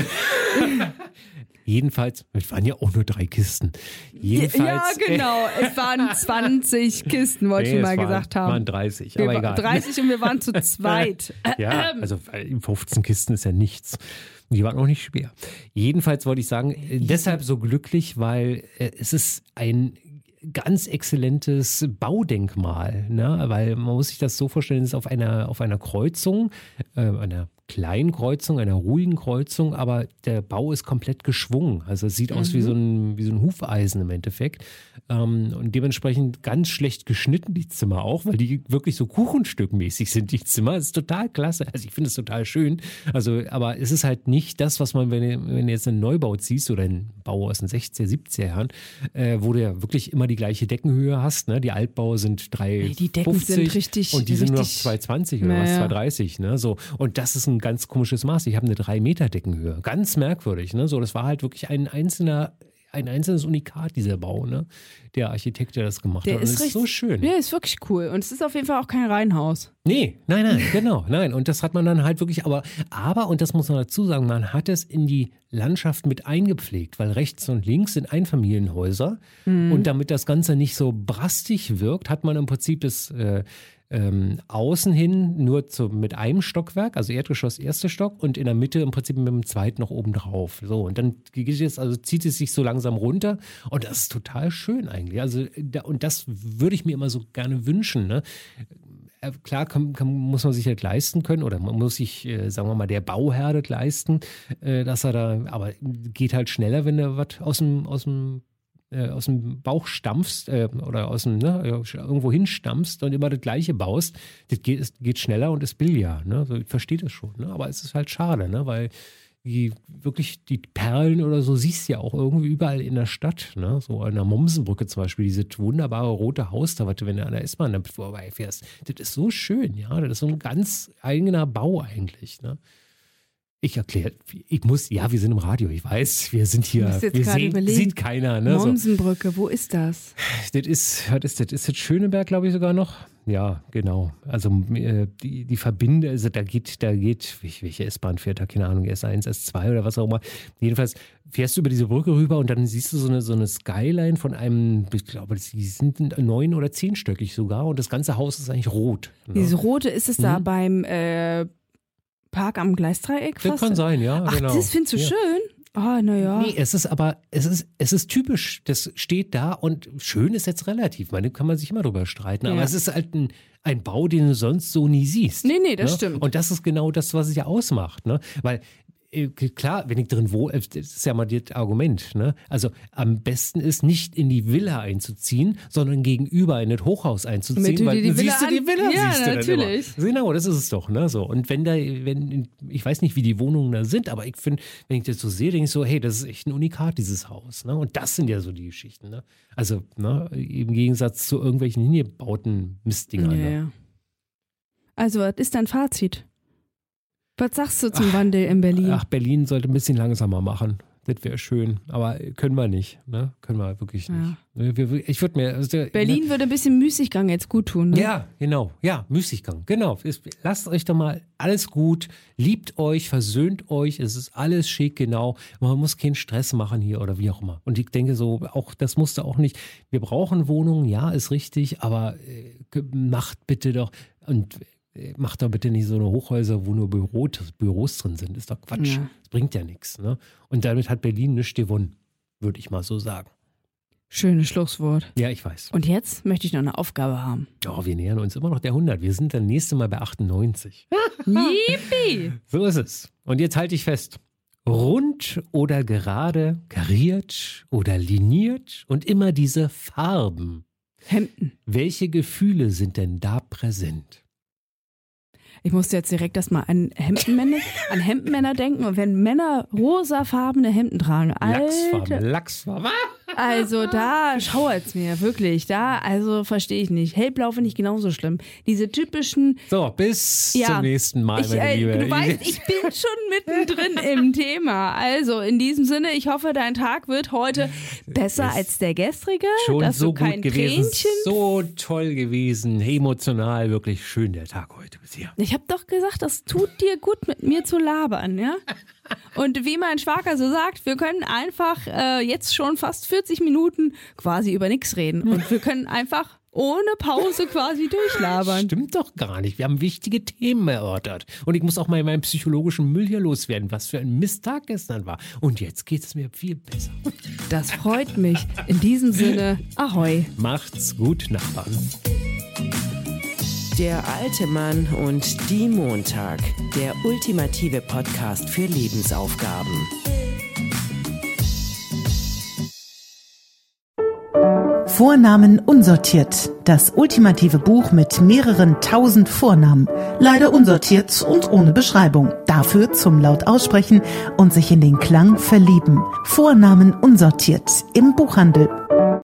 Jedenfalls, es waren ja auch nur drei Kisten. Jedenfalls, Ja, genau. Es waren zwanzig Kisten, wollte Nee, ich es mal waren, gesagt haben. waren dreißig, Wir aber wa- egal. dreißig und wir waren zu zweit. Ja, also fünfzehn Kisten ist ja nichts. Die waren auch nicht schwer. Jedenfalls wollte ich sagen, äh, deshalb so glücklich, weil äh, es ist ein ganz exzellentes Baudenkmal, ne? Weil man muss sich das so vorstellen, es ist auf einer, auf einer Kreuzung, äh, einer kleinen Kreuzung, einer ruhigen Kreuzung, aber der Bau ist komplett geschwungen. Also es sieht mhm. aus wie so ein, wie so ein Hufeisen im Endeffekt. Ähm, und dementsprechend ganz schlecht geschnitten, die Zimmer auch, weil die wirklich so kuchenstückmäßig sind, die Zimmer. Das ist total klasse. Also ich finde es total schön. Also, aber es ist halt nicht das, was man, wenn du, wenn du jetzt einen Neubau ziehst oder einen Bau aus den sechziger, siebziger Jahren, äh, wo du ja wirklich immer die gleiche Deckenhöhe hast. Ne? Die Altbaue sind drei Komma fünfzig die Decken sind richtig, und die richtig, sind nur noch zwei Komma zwanzig oder naja. was, zwei Komma dreißig. Ne? So. Und das ist ein ganz komisches Maß. Ich habe eine drei Meter Deckenhöhe. Ganz merkwürdig. Ne? So, das war halt wirklich ein einzelner, ein einzelnes Unikat, dieser Bau. Ne? Der Architekt, der das gemacht der hat. Und ist das ist richtig, so schön. Der ist wirklich cool. Und es ist auf jeden Fall auch kein Reihenhaus. Nee, nein, nein, genau, nein. Und das hat man dann halt wirklich, aber, aber, und das muss man dazu sagen, man hat es in die Landschaft mit eingepflegt, weil rechts und links sind Einfamilienhäuser. Mhm. Und damit das Ganze nicht so brastig wirkt, hat man im Prinzip das äh, ähm, außen hin nur zu, mit einem Stockwerk, also Erdgeschoss, erster Stock, und in der Mitte im Prinzip mit dem zweiten noch oben drauf. So, und dann geht es, also zieht es sich so langsam runter und das ist total schön eigentlich. Also, da, und das würde ich mir immer so gerne wünschen, ne? Klar kann, kann, muss man sich halt leisten können oder man muss sich, äh, sagen wir mal, der Bauherr das leisten, äh, dass er da, aber geht halt schneller, wenn du was aus dem, aus dem, äh, aus dem Bauch stampfst äh, oder aus dem, ne, irgendwo hinstampfst und immer das Gleiche baust. Das geht, es geht schneller und ist billiger. Ne? Also ich verstehe das schon, ne? Aber es ist halt schade, ne? Weil die wirklich die Perlen oder so siehst du ja auch irgendwie überall in der Stadt. Ne? So an der Mommsenbrücke zum Beispiel, dieses wunderbare rote Haus da, wenn du an der S-Bahn damit vorbeifährst. Das ist so schön, ja. Das ist so ein ganz eigener Bau eigentlich. Ne? Ich erkläre, ich muss, ja, wir sind im Radio, ich weiß, wir sind hier, wir sehen, sieht keiner. Ne? Mommsenbrücke, wo ist das? Das ist, was ist das? Ist das Schöneberg, glaube ich, sogar noch? Ja, genau. Also äh, die, die Verbinde, also da geht, da geht, welche S-Bahn fährt da, keine Ahnung, S eins, S zwei oder was auch immer. Jedenfalls fährst du über diese Brücke rüber und dann siehst du so eine, so eine Skyline von einem, ich glaube, die sind neun- oder zehnstöckig sogar und das ganze Haus ist eigentlich rot. Ne? Diese rote, ist es mhm. da beim äh, Park am Gleisdreieck fast? Das kann sein, ja, Ach, genau. das findest du ja. schön? Ah, naja. Nee, es ist aber, es ist, es ist typisch, das steht da und schön ist jetzt relativ, meine, kann man sich immer drüber streiten, ja. aber es ist halt ein, ein Bau, den du sonst so nie siehst. Nee, nee, das ne? stimmt. Und das ist genau das, was es ja ausmacht, ne? Weil klar, wenn ich drin wohne, das ist ja mal das Argument, ne? Also am besten ist, nicht in die Villa einzuziehen, sondern gegenüber in das Hochhaus einzuziehen, weil dann siehst du die Villa, ja, siehst du natürlich. Dann immer. Genau, das ist es doch, ne? So. Und wenn da, wenn, ich weiß nicht, wie die Wohnungen da sind, aber ich finde, wenn ich das so sehe, denke ich so, hey, das ist echt ein Unikat, dieses Haus, ne? Und das sind ja so die Geschichten, ne? Also, ne, im Gegensatz zu irgendwelchen hingebauten Mistdingern. Ja, ne? ja. Also, was ist dein Fazit? Was sagst du zum ach, Wandel in Berlin? Ach, Berlin sollte ein bisschen langsamer machen. Das wäre schön. Aber können wir nicht. Ne? Können wir wirklich nicht. Ja. Ich würde mir. Also, Berlin ne? würde ein bisschen Müßiggang jetzt gut tun. Ne? Ja, genau. Ja, Müßiggang. Genau. Lasst euch doch mal alles gut. Liebt euch, versöhnt euch. Es ist alles schick, genau. Man muss keinen Stress machen hier oder wie auch immer. Und ich denke so, auch das musste auch nicht. Wir brauchen Wohnungen, ja, ist richtig. Aber äh, macht bitte doch. Und macht doch bitte nicht so eine Hochhäuser, wo nur Büro, Büros drin sind. Ist doch Quatsch. Ja. Das bringt ja nichts. Ne? Und damit hat Berlin nichts gewonnen, würde ich mal so sagen. Schönes Schlusswort. Ja, ich weiß. Und jetzt möchte ich noch eine Aufgabe haben. Oh, wir nähern uns immer noch der hundert. Wir sind dann nächste Mal bei achtundneunzig. Yippie! So ist es. Und jetzt halte ich fest. Rund oder gerade, kariert oder liniert und immer diese Farben. Hemden. Welche Gefühle sind denn da präsent? Ich musste jetzt direkt erstmal an Hemdenmänner, an Hemdenmänner denken. Und wenn Männer rosafarbene Hemden tragen, Lachsfarben, Lachsfarben. Also da schauert's mir, wirklich. Da, also verstehe ich nicht. Hellblau finde ich genauso schlimm. Diese typischen... So, bis ja, zum nächsten Mal, ich, meine äh, Liebe. Du weißt, ich bin schon mittendrin im Thema. Also in diesem Sinne, ich hoffe, dein Tag wird heute besser ist als der gestrige. Schon dass so du kein gut gewesen, Tränchen... so toll gewesen, emotional, wirklich schön der Tag heute bisher. Ich habe doch gesagt, das tut dir gut, mit mir zu labern, ja? Und wie mein Schwager so sagt, wir können einfach äh, jetzt schon fast vierzig Minuten quasi über nichts reden. Und wir können einfach ohne Pause quasi durchlabern. Stimmt doch gar nicht. Wir haben wichtige Themen erörtert. Und ich muss auch mal meinen psychologischen Müll hier loswerden, was für ein Misttag gestern war. Und jetzt geht es mir viel besser. Das freut mich. In diesem Sinne, ahoi. Macht's gut, Nachbarn. Der alte Mann und die Montag. Der ultimative Podcast für Lebensaufgaben. Vornamen unsortiert. Das ultimative Buch mit mehreren tausend Vornamen. Leider unsortiert und ohne Beschreibung. Dafür zum laut aussprechen und sich in den Klang verlieben. Vornamen unsortiert. Im Buchhandel